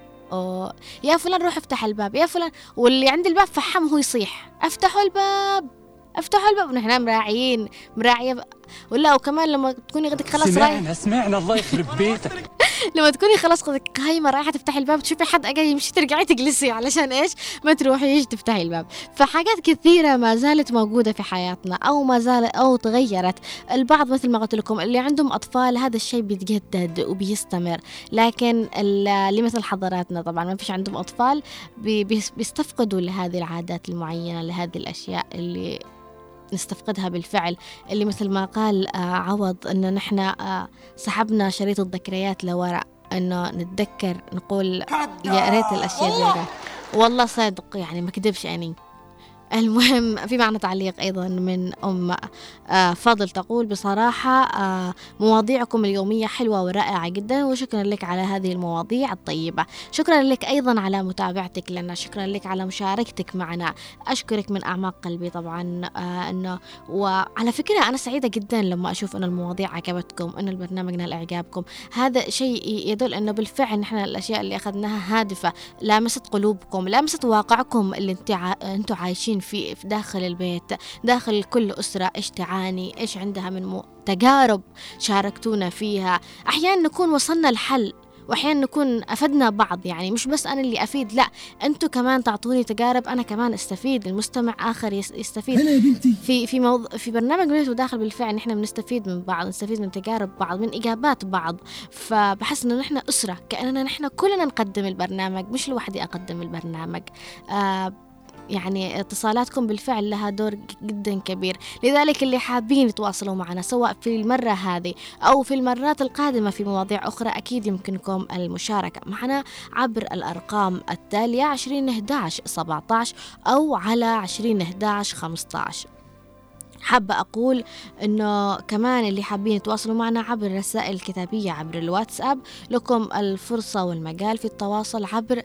Speaker 1: يا فلان روح افتح الباب يا فلان، واللي عند الباب فحم هو يصيح افتحوا الباب افتحوا الباب، ونحن مراعية ولا. وكمان لما تكوني غدك خلاص
Speaker 7: سمعنا الله يخرب بيتك
Speaker 1: لما تكوني خلاص غدك هايمة رايحة تفتحي الباب، تشوفي حد جاي يمشي ترجعي تجلسي علشان ايش ما تروحيش تفتحي الباب. فحاجات كثيرة ما زالت موجودة في حياتنا أو ما زالت أو تغيرت. البعض مثل ما قلت لكم اللي عندهم أطفال هذا الشيء بيتجدد وبيستمر، لكن اللي مثل حضراتنا طبعا ما فيش عندهم أطفال بيستفقدوا لهذه العادات المعينة، لهذه الأشياء اللي نستفقدها بالفعل، اللي مثل ما قال عوض إنه نحن سحبنا شريط الذكريات لوراء، إنه نتذكر نقول يا ريت الأشياء دي. والله صادق يعني ما كذبش أني. المهم في معنا تعليق أيضا من أم فضل تقول بصراحة مواضيعكم اليومية حلوة ورائعة جدا، وشكرا لك على هذه المواضيع الطيبة. شكرا لك أيضا على متابعتك لنا، شكرا لك على مشاركتك معنا، أشكرك من أعماق قلبي طبعا. إنه وعلى فكرة أنا سعيدة جدا لما أشوف أن المواضيع عجبتكم، أن البرنامج نال إعجابكم، هذا شيء يدل أنه بالفعل نحن الأشياء اللي أخذناها هادفة، لامست قلوبكم، لامست واقعكم اللي أنتوا عايشين في داخل البيت، داخل كل أسرة، إيش تعاني، إيش عندها من تجارب شاركتونا فيها. أحيانا نكون وصلنا الحل، وأحيانا نكون أفدنا بعض، يعني مش بس أنا اللي أفيد، لا أنتوا كمان تعطوني تجارب أنا كمان استفيد، المستمع آخر يستفيد. في برنامج بيت وداخل بالفعل نحن بنستفيد من بعض، نستفيد من تجارب بعض، من إجابات بعض. فبحس إنه نحن أسرة، كأننا نحن كلنا نقدم البرنامج، مش لوحدي أقدم البرنامج. يعني اتصالاتكم بالفعل لها دور جدا كبير، لذلك اللي حابين يتواصلوا معنا سواء في المرة هذه أو في المرات القادمة في مواضيع أخرى، أكيد يمكنكم المشاركة معنا عبر الأرقام التالية 2011-17 أو على 2011-15. حابة أقول إنه كمان اللي حابين يتواصلوا معنا عبر الرسائل الكتابية عبر الواتساب، لكم الفرصة والمجال في التواصل عبر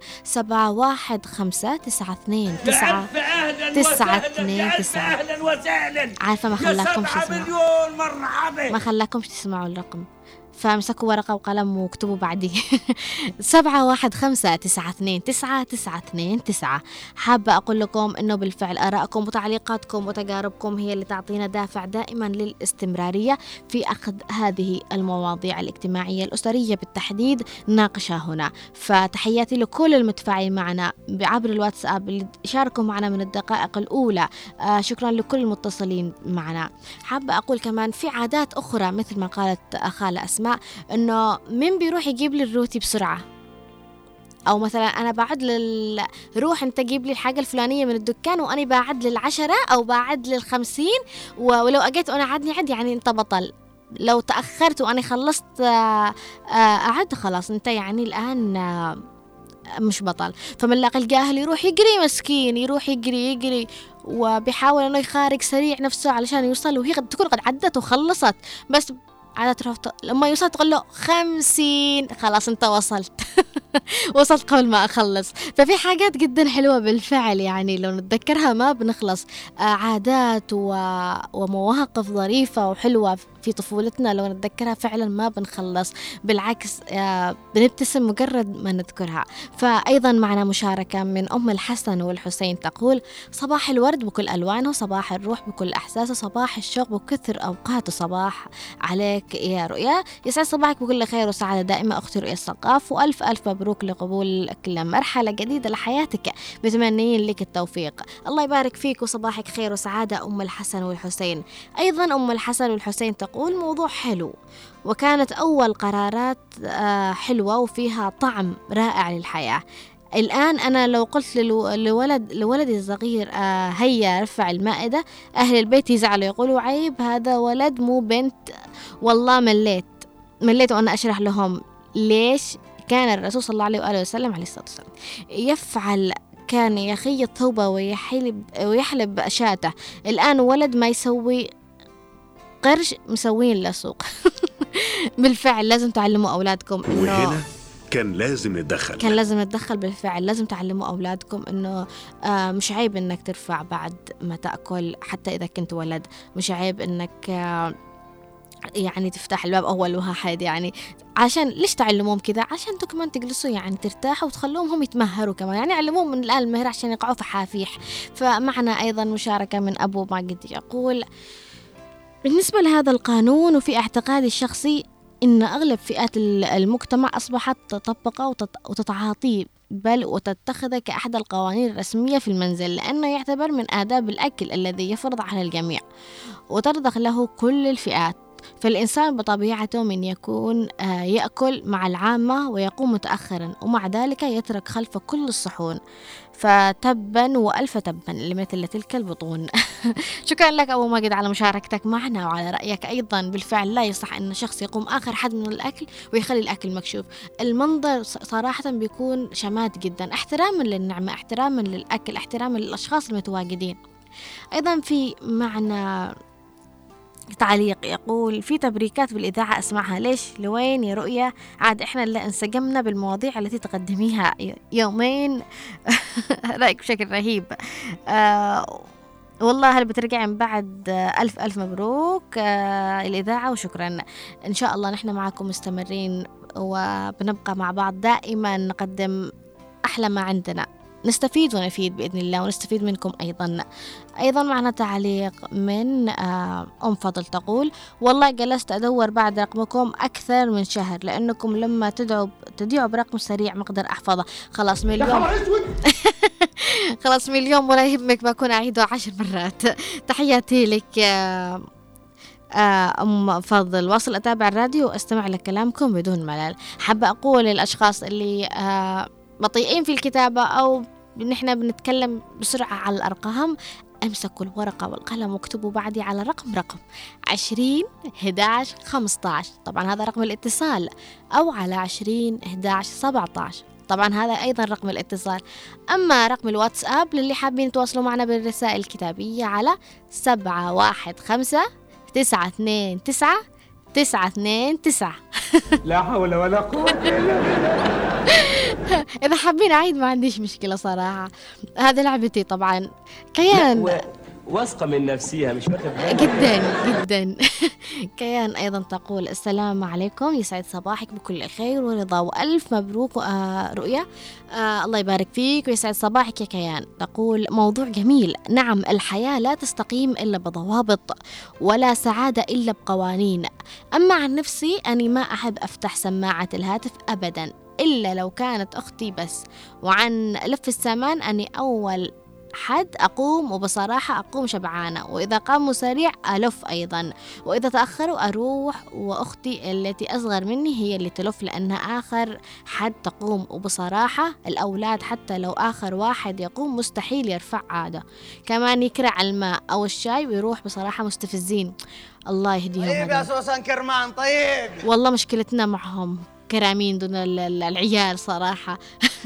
Speaker 1: 7152999. عارفة ما خلاكمش تسمعوا الرقم، فامسكوا ورقة وقلم واكتبوا بعدي 715299999. حابة أقول لكم أنه بالفعل آراءكم وتعليقاتكم وتجاربكم هي اللي تعطينا دافع دائما للاستمرارية في أخذ هذه المواضيع الاجتماعية الأسرية بالتحديد ناقشها هنا. فتحياتي لكل المتفاعلين معنا عبر الواتساب اللي شاركوا معنا من الدقائق الأولى، شكرا لكل المتصلين معنا. حابة أقول كمان في عادات أخرى مثل ما قالت خالة أسماء، إنه من بيروح يجيب لي الروتي بسرعة، أو مثلا أنا بعد روح أنت جيب لي الحاجة الفلانية من الدكان وأنا بعد لل10 أو بعد لل50، ولو أجيت وأنا عدني عد يعني أنت بطل، لو تأخرت وأنا خلصت أعد خلاص أنت يعني الآن مش بطل. فمن لاقي الجاهل يروح يجري مسكين، يروح يجري وبيحاول إنه يخارج سريع نفسه علشان يوصل، وهي تكون قد عدت وخلصت، بس عادة تروح لما يوصل تقول له 50 خلاص انت وصلت وصلت قبل ما أخلص. ففي حاجات جدا حلوة بالفعل، يعني لو نتذكرها ما بنخلص، عادات ومواقف ظريفة وحلوة في طفولتنا لو نتذكرها فعلا ما بنخلص، بالعكس بنبتسم مجرد ما نذكرها. فأيضا معنا مشاركة من أم الحسن والحسين تقول صباح الورد بكل ألوانه، صباح الروح بكل أحساسه، صباح الشوق بكثر أوقاته، صباح عليك يا رؤيا، يسعد صباحك بكل خير وسعادة دائمة أختي رؤيا الثقاف، وألف ألف مبروك مبروك لقبولك لمرحلة جديدة لحياتك، متمنين لك التوفيق. الله يبارك فيك وصباحك خير وسعادة أم الحسن والحسين. أيضا أم الحسن والحسين تقول موضوع حلو، وكانت أول قرارات حلوة وفيها طعم رائع للحياة. الآن أنا لو قلت لولدي الصغير هيا رفع المائدة، أهل البيت يزعلوا يقولوا عيب هذا ولد مو بنت. والله مليت وأنا أشرح لهم ليش كان الرسول صلى الله عليه وآله وسلم عليه الصلاة والسلام يفعل، كان يخيط ثوبه ويحلب شاته. الآن ولد ما يسوي قرش مسوين للسوق. بالفعل لازم تعلموا أولادكم
Speaker 8: وهنا كان لازم نتدخل
Speaker 1: بالفعل. لازم تعلموا أولادكم إنه مش عيب إنك ترفع بعد ما تأكل، حتى إذا كنت ولد. مش عيب إنك يعني تفتح الباب أول واحد، يعني عشان ليش تعلموهم كذا؟ عشان انتوا كمان تجلسوا يعني ترتاحوا وتخلوهم هم يتمهروا كمان، يعني علموهم من الآن المهر عشان يقعوا في حافيح. فمعنا أيضا مشاركة من أبو ماجد يقول بالنسبة لهذا القانون وفي اعتقادي الشخصي إن أغلب فئات المجتمع أصبحت تطبقه وتتعاطيه، بل وتتخذه كأحد القوانين الرسمية في المنزل، لأنه يعتبر من آداب الأكل الذي يفرض على الجميع وترضخ له كل الفئات. فالإنسان بطبيعته من يكون يأكل مع العامة ويقوم متأخرا، ومع ذلك يترك خلف كل الصحون. فتبا وألف تبا لمثل تلك البطون. شكرا لك أبو ماجد على مشاركتك معنا وعلى رأيك. أيضا بالفعل لا يصح أن شخص يقوم آخر حد من الأكل ويخلي الأكل مكشوف. المنظر صراحة بيكون شمات جدا، احتراما للنعمة، احتراما للأكل، احتراما للأشخاص المتواجدين. أيضا في معنى تعليق يقول في تبريكات بالإذاعة أسمعها، ليش لوين يا رؤية؟ عاد إحنا اللي انسجمنا بالمواضيع التي تقدميها يومين. رأيك بشكل رهيب. والله هل بترجع من بعد؟ ألف مبروك الإذاعة وشكرا. إن شاء الله نحن معكم مستمرين وبنبقى مع بعض دائما نقدم أحلى ما عندنا، نستفيد ونفيد بإذن الله ونستفيد منكم أيضا معنا تعليق من أم فضل تقول والله جلست أدور بعد رقمكم أكثر من شهر، لأنكم لما تدعوا برقم سريع مقدر أحفظه. خلاص من اليوم خلاص من اليوم ولا يهمك بكون أعيده 10 مرات. تحياتي لك أم فضل، واصل أتابع الراديو وأستمع لكلامكم بدون ملل. حابة أقول للأشخاص اللي بطيئين في الكتابة أو نحن بنتكلم بسرعة على الأرقام، امسكوا الورقة والقلم واكتبوا بعدي على رقم 20 11 15. طبعا هذا رقم الاتصال، أو على 20 11 17. طبعا هذا أيضا رقم الاتصال. أما رقم الواتساب للي حابين يتواصلوا معنا بالرسائل الكتابية على 715 929 929.
Speaker 6: لا حول ولا قوة إلا بالله.
Speaker 1: إذا حابين أعيد ما عنديش مشكلة صراحة، هذه لعبتي طبعا. كيان
Speaker 9: واثقة من نفسها مش واخد بالها
Speaker 1: جدا. كيان أيضا تقول السلام عليكم، يسعد صباحك بكل خير ورضا وألف مبروك رؤية. الله يبارك فيك ويسعد صباحك يا كيان. تقول موضوع جميل. نعم الحياة لا تستقيم إلا بضوابط، ولا سعادة إلا بقوانين. أما عن نفسي أني ما أحب أفتح سماعة الهاتف أبدا إلا لو كانت أختي بس. وعن لف السامان أني أول حد أقوم، وبصراحة أقوم شبعانة، وإذا قاموا سريع ألف أيضا، وإذا تأخروا أروح، وأختي التي أصغر مني هي اللي تلف لأنها آخر حد تقوم. وبصراحة الأولاد حتى لو آخر واحد يقوم مستحيل يرفع عادة. كمان يكرع الماء أو الشاي ويروح، بصراحة مستفزين. الله يهديهم.
Speaker 6: طيب يا سوسن كرمان طيب.
Speaker 1: والله مشكلتنا معهم كرامين دون العيال صراحة.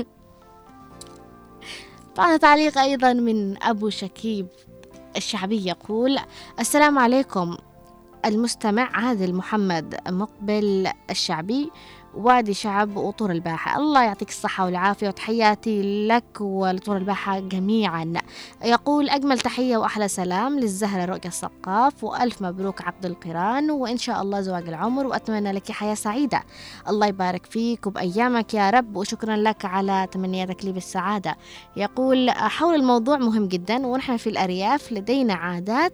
Speaker 1: طبعا تعليق أيضا من أبو شكيب الشعبي يقول السلام عليكم المستمع عادل محمد مقبل الشعبي، وادي شعب وطور الباحة. الله يعطيك الصحة والعافية، وتحياتي لك ولطور الباحة جميعا. يقول أجمل تحية وأحلى سلام للزهرة رؤية الثقاف، وألف مبروك عقد القران، وإن شاء الله زواج العمر، وأتمنى لك حياة سعيدة. الله يبارك فيك وبأيامك يا رب، وشكرا لك على تمنياتك لي بالسعادة. يقول حول الموضوع مهم جدا، ونحن في الأرياف لدينا عادات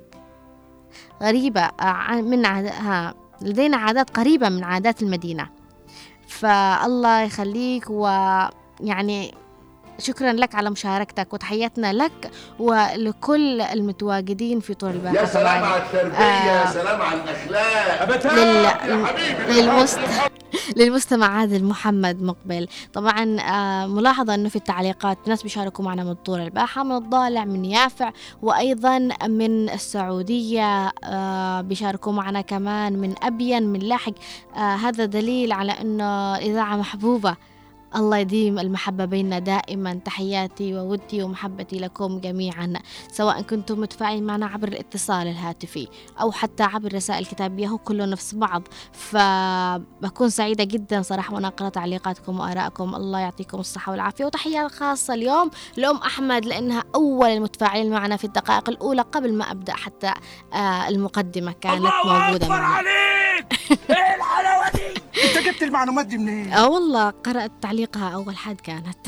Speaker 1: غريبة لدينا عادات قريبة من عادات المدينة، فالله يخليك، ويعني شكرا لك على مشاركتك، وتحياتنا لك ولكل المتواجدين في طور الباحة.
Speaker 2: يا سلام على التربية، يا سلام على الأخلاق.
Speaker 1: للمستمع عادل محمد مقبل. طبعا ملاحظة أنه في التعليقات ناس بيشاركوا معنا من طور الباحة، من الضالع، من يافع، وأيضا من السعودية بيشاركوا معنا كمان من أبين، من لاحق. هذا دليل على أنه إذاعة محبوبة. الله يديم المحبة بيننا دائما. تحياتي وودي ومحبتي لكم جميعا، سواء كنتم متفاعلين معنا عبر الاتصال الهاتفي أو حتى عبر رسائل الكتابية، هو كله نفس بعض. فبكون سعيدة جدا صراحة وأنا أقرأ تعليقاتكم وآرائكم. الله يعطيكم الصحة والعافية. وتحية خاصة اليوم لأم أحمد، لأنها أول المتفاعلين معنا في الدقائق الأولى قبل ما أبدأ حتى المقدمة كانت موجودة معنا.
Speaker 6: ايه الحلاوة دي؟ انت جبت المعلومات دي منين؟
Speaker 1: والله قرأت تعليقها أول حد كانت.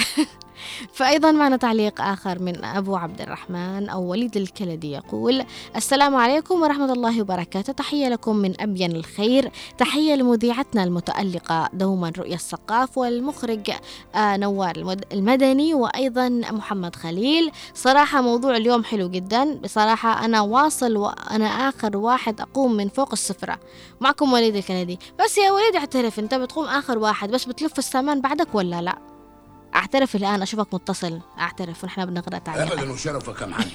Speaker 1: فأيضا معنا تعليق آخر من أبو عبد الرحمن أو وليد الكلدي، يقول: السلام عليكم ورحمة الله وبركاته، تحية لكم من أبين الخير، تحية لمذيعتنا المتألقة دوما رؤية السقاف، والمخرج نوار المدني، وأيضا محمد خليل. صراحة موضوع اليوم حلو جدا بصراحة، أنا واصل وأنا آخر واحد أقوم من فوق السفرة. معكم وليد الكلدي. بس يا وليد اعترف، أنت بتقوم آخر واحد بس بتلف السامان بعدك ولا لا؟ اعترف الآن، أشوفك متصل، اعترف ونحن بنقرأ تعليقات.
Speaker 2: أبدا وشرفك يا محمد.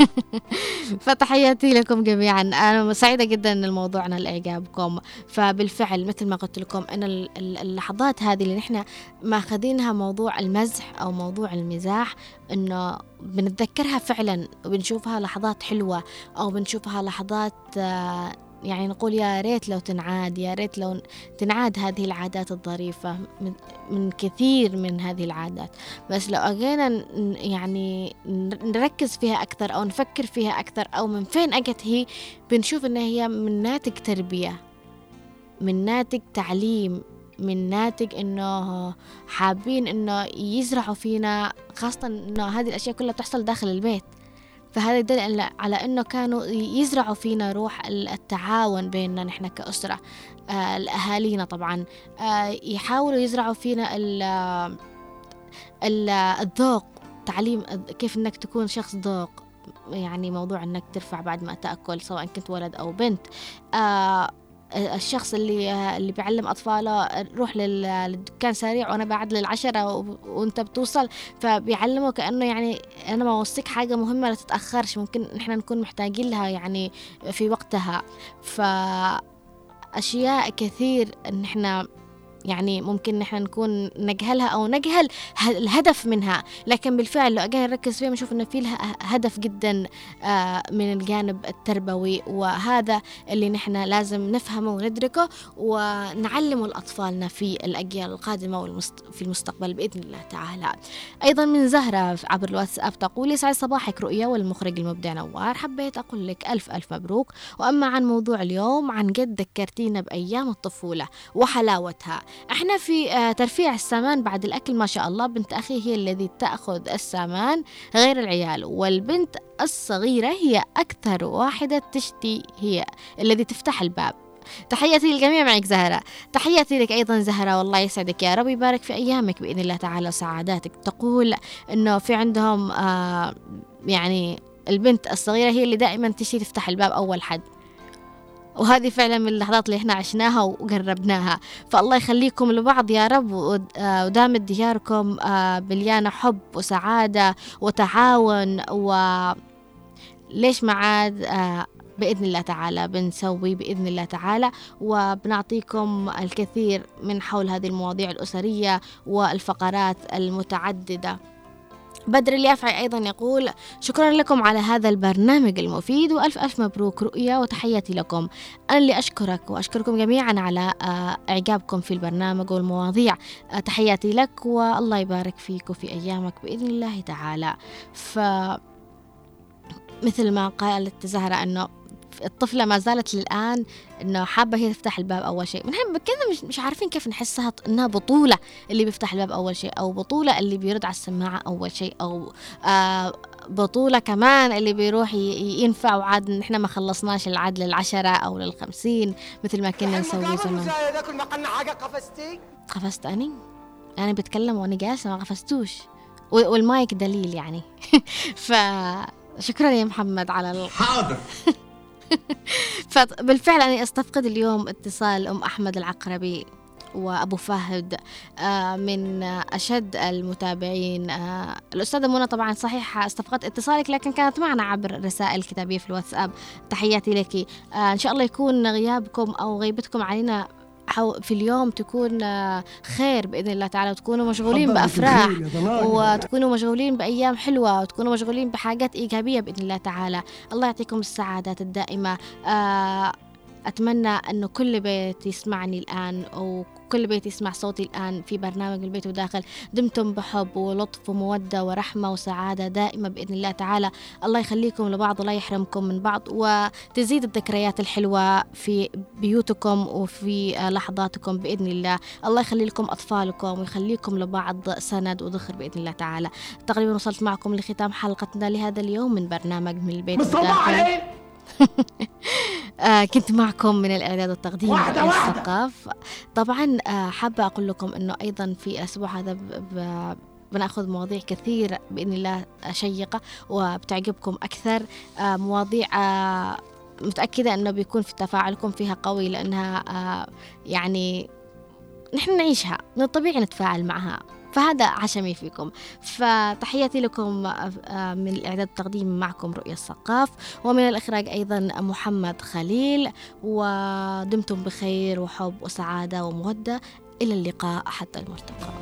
Speaker 1: فتحياتي لكم جميعا. أنا سعيدة جدا أن الموضوع نال إعجابكم. فبالفعل مثل ما قلت لكم أن اللحظات هذه اللي نحن ماخذينها موضوع المزح أو موضوع المزاح، أنه بنتذكرها فعلا وبنشوفها لحظات حلوة، أو بنشوفها لحظات يعني نقول يا ريت لو تنعاد، يا ريت لو تنعاد هذه العادات الظريفة من كثير من هذه العادات. بس لو أجينا يعني نركز فيها أكثر أو نفكر فيها أكثر، أو من فين أجت هي، بنشوف إنها هي من ناتج تربية، من ناتج تعليم، من ناتج إنه حابين إنه يزرعوا فينا، خاصة إنه هذه الأشياء كلها بتحصل داخل البيت. فهذا يدل على أنه كانوا يزرعوا فينا روح التعاون بيننا نحن كأسرة. الأهالينا طبعا يحاولوا يزرعوا فينا الذوق، تعليم كيف أنك تكون شخص ذوق، يعني موضوع أنك ترفع بعد ما تأكل سواء كنت ولد أو بنت. الشخص اللي بيعلم أطفاله روح للدكان سريع وأنا بعد للعشرة وأنت بتوصل، فبيعلمه كأنه يعني أنا ما أوصيك حاجة مهمة لا تتأخرش، ممكن نحن نكون محتاجين لها يعني في وقتها. فأشياء كثير نحن يعني ممكن نحن نكون نجهلها أو نجهل الهدف منها، لكن بالفعل لو أجينا نركز فيها نشوف إنه في لها هدف جدا من الجانب التربوي، وهذا اللي نحن لازم نفهمه وندركه ونعلمه لأطفالنا في الأجيال القادمة في المستقبل بإذن الله تعالى. أيضا من زهرة عبر الواتساب تقول: يسعد صباحك رؤية والمخرج المبدع نوار، حبيت أقول لك ألف ألف مبروك. وأما عن موضوع اليوم، عن جد ذكرتينا بأيام الطفولة وحلاوتها. احنا في ترفيع السامان بعد الأكل ما شاء الله بنت أخي هي الذي تأخذ السامان غير العيال، والبنت الصغيرة هي أكثر واحدة تشتي، هي الذي تفتح الباب. تحياتي للجميع. معك زهرة. تحياتي لك أيضا زهرة، والله يسعدك يا رب، يبارك في أيامك بإذن الله تعالى وسعاداتك. تقول أنه في عندهم يعني البنت الصغيرة هي اللي دائما تشتي تفتح الباب أول حد، وهذه فعلا من اللحظات اللي احنا عشناها وقربناها. فالله يخليكم لبعض يا رب، ودامت دياركم مليانة حب وسعادة وتعاون، وليش ما عاد بإذن الله تعالى بنسوي بإذن الله تعالى، وبنعطيكم الكثير من حول هذه المواضيع الأسرية والفقرات المتعددة. بدر اليافعي أيضا يقول: شكرا لكم على هذا البرنامج المفيد، وألف ألف مبروك رؤيا، وتحياتي لكم. أنا اللي أشكرك وأشكركم جميعا على إعجابكم في البرنامج والمواضيع. تحياتي لك، والله يبارك فيك وفي أيامك بإذن الله تعالى. فمثل ما قالت زهرة أنه الطفلة ما زالت للآن إنه حابة هي تفتح الباب أول شيء، من هم كذا مش عارفين كيف نحسها إنها بطولة اللي بيفتح الباب أول شيء، أو بطولة اللي بيرد على السماعة أول شيء، أو بطولة كمان اللي بيروح ينفع وعاد نحن ما خلصناش العاد للعشرة أو لل50 مثل ما كنا نسوي زمان. قفزت أنا بتكلم وأنا جالسة ما قفزتوش، والمايك دليل يعني. فشكرا يا محمد على
Speaker 2: حاضر.
Speaker 1: فبالفعل أنا أستفقد اليوم اتصال أم أحمد العقربي وأبو فهد من أشد المتابعين. الأستاذة منى طبعا صحيح استفقدت اتصالك، لكن كانت معنا عبر رسائل كتابية في الواتساب. تحياتي لك. إن شاء الله يكون غيابكم أو غيبتكم علينا في اليوم تكون خير بإذن الله تعالى، وتكونوا مشغولين بأفراح وتكونوا مشغولين بأيام حلوة وتكونوا مشغولين بحاجات إيجابية بإذن الله تعالى. الله يعطيكم السعادات الدائمة. أتمنى أنه كل بيت يسمعني الآن أو كل بيت يسمع صوتي الآن في برنامج البيت وداخل دمتم بحب ولطف ومودة ورحمة وسعادة دائمة بإذن الله تعالى. الله يخليكم لبعض ولا يحرمكم من بعض، وتزيد الذكريات الحلوة في بيوتكم وفي لحظاتكم بإذن الله. الله يخلي لكم أطفالكم ويخليكم لبعض سند وذخر بإذن الله تعالى. تقريبا وصلت معكم لختام حلقتنا لهذا اليوم من برنامج من البيت وداخل. كنت معكم من الإعداد والتقديم الثقاف. طبعا حابة أقول لكم أنه أيضا في الأسبوع هذا بنأخذ مواضيع كثير بإذن الله شيقة وبتعجبكم أكثر. مواضيع متأكدة أنه بيكون في تفاعلكم فيها قوي، لأنها يعني نحن نعيشها، من الطبيعي نتفاعل معها، فهذا عشمي فيكم. فتحياتي لكم من الإعداد والتقديم، معكم رؤية الثقاف، ومن الإخراج أيضا محمد خليل. ودمتم بخير وحب وسعادة ومودة. إلى اللقاء حتى الملتقى.